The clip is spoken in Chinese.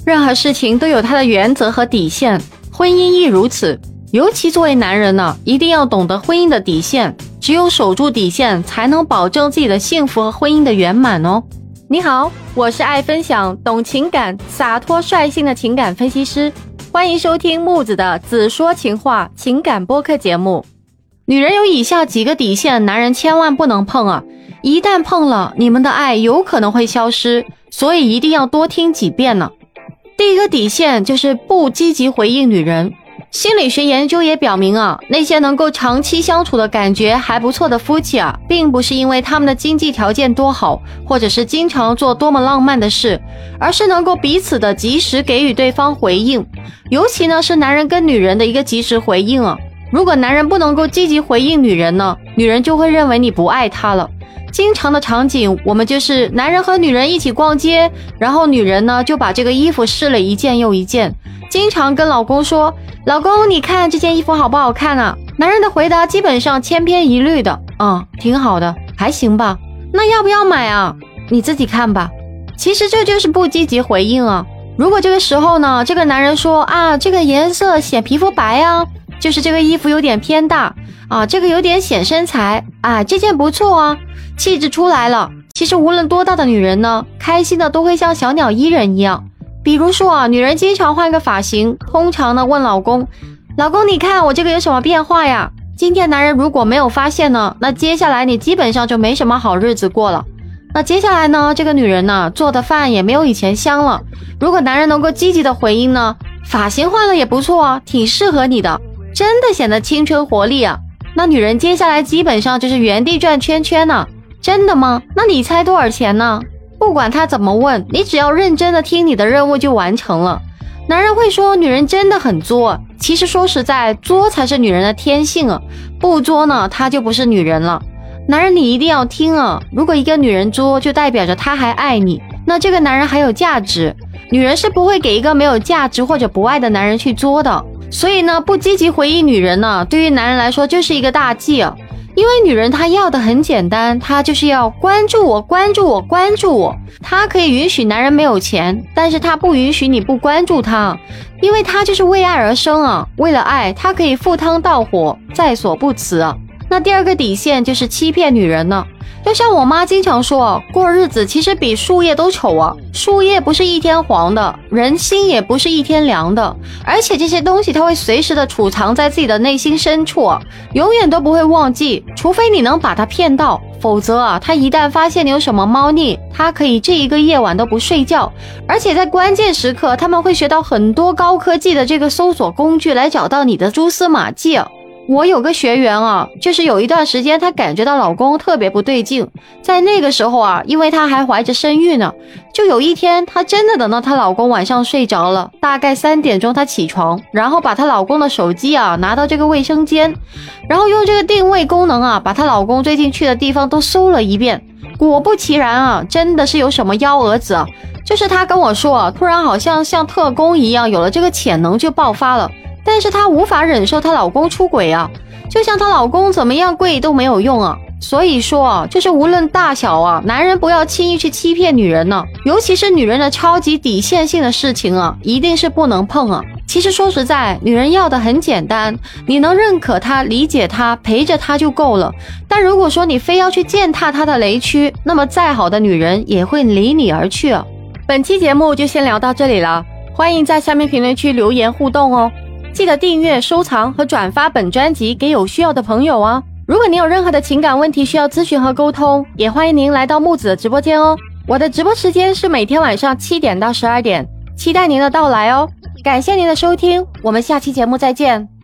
任何事情都有它的原则和底线，婚姻亦如此。尤其作为男人呢，一定要懂得婚姻的底线，只有守住底线，才能保证自己的幸福和婚姻的圆满哦。你好，我是爱分享、懂情感、洒脱率性的情感分析师，欢迎收听木子的子说情话情感播客节目。女人有以下几个底线，男人千万不能碰啊！一旦碰了，你们的爱有可能会消失，所以一定要多听几遍呢。第一个底线就是不积极回应女人。心理学研究也表明啊，那些能够长期相处的感觉还不错的夫妻啊，并不是因为他们的经济条件多好，或者是经常做多么浪漫的事，而是能够彼此的及时给予对方回应。尤其呢是男人跟女人的一个及时回应啊。如果男人不能够积极回应女人呢，女人就会认为你不爱她了。经常的场景，我们就是男人和女人一起逛街，然后女人呢就把这个衣服试了一件又一件，经常跟老公说，老公你看这件衣服好不好看啊？男人的回答基本上千篇一律的，挺好的，还行吧，那要不要买啊？你自己看吧。其实这就是不积极回应啊。如果这个时候呢，这个男人说啊，这个颜色显皮肤白啊，就是这个衣服有点偏大啊，这个有点显身材啊，这件不错啊，气质出来了。其实无论多大的女人呢，开心的都会像小鸟依人一样。比如说啊，女人经常换个发型，通常呢问老公，老公你看我这个有什么变化呀？今天男人如果没有发现呢，那接下来你基本上就没什么好日子过了。那接下来呢，这个女人呢做的饭也没有以前香了。如果男人能够积极的回应呢，发型换了也不错啊，挺适合你的，真的显得青春活力啊。那女人接下来基本上就是原地转圈圈呢。真的吗？那你猜多少钱呢？不管他怎么问，你只要认真的听，你的任务就完成了。男人会说女人真的很作，其实说实在，作才是女人的天性啊，不作呢，她就不是女人了。男人你一定要听啊，如果一个女人作，就代表着她还爱你，那这个男人还有价值。女人是不会给一个没有价值或者不爱的男人去作的。所以呢，不积极回应女人呢，对于男人来说就是一个大忌啊。因为女人她要的很简单，她就是要关注我，关注我，关注我。她可以允许男人没有钱，但是她不允许你不关注她，因为她就是为爱而生啊。为了爱，她可以赴汤蹈火，在所不辞啊。那第二个底线就是欺骗女人呢。就像我妈经常说，过日子其实比树叶都丑啊。树叶不是一天黄的，人心也不是一天凉的，而且这些东西它会随时的储藏在自己的内心深处啊，永远都不会忘记，除非你能把它骗到，否则啊，他一旦发现你有什么猫腻，他可以这一个夜晚都不睡觉，而且在关键时刻他们会学到很多高科技的这个搜索工具来找到你的蛛丝马迹啊。我有个学员啊，就是有一段时间她感觉到老公特别不对劲，在那个时候啊，因为她还怀着身孕呢，就有一天她真的等到她老公晚上睡着了，大概3点钟她起床，然后把她老公的手机啊拿到这个卫生间，然后用这个定位功能啊把她老公最近去的地方都搜了一遍。果不其然啊，真的是有什么幺蛾子啊，就是她跟我说啊，突然好像特工一样有了这个潜能就爆发了。但是她无法忍受她老公出轨啊，就像她老公怎么样跪都没有用啊。所以说啊，就是无论大小啊，男人不要轻易去欺骗女人呢，尤其是女人的超级底线性的事情啊，一定是不能碰啊。其实说实在，女人要的很简单，你能认可她、理解她、陪着她就够了。但如果说你非要去践踏她的雷区，那么再好的女人也会离你而去啊。本期节目就先聊到这里了，欢迎在下面评论区留言互动哦。记得订阅、收藏和转发本专辑给有需要的朋友啊！如果您有任何的情感问题需要咨询和沟通，也欢迎您来到木子的直播间哦。我的直播时间是每天晚上7点到12点，期待您的到来哦。感谢您的收听，我们下期节目再见。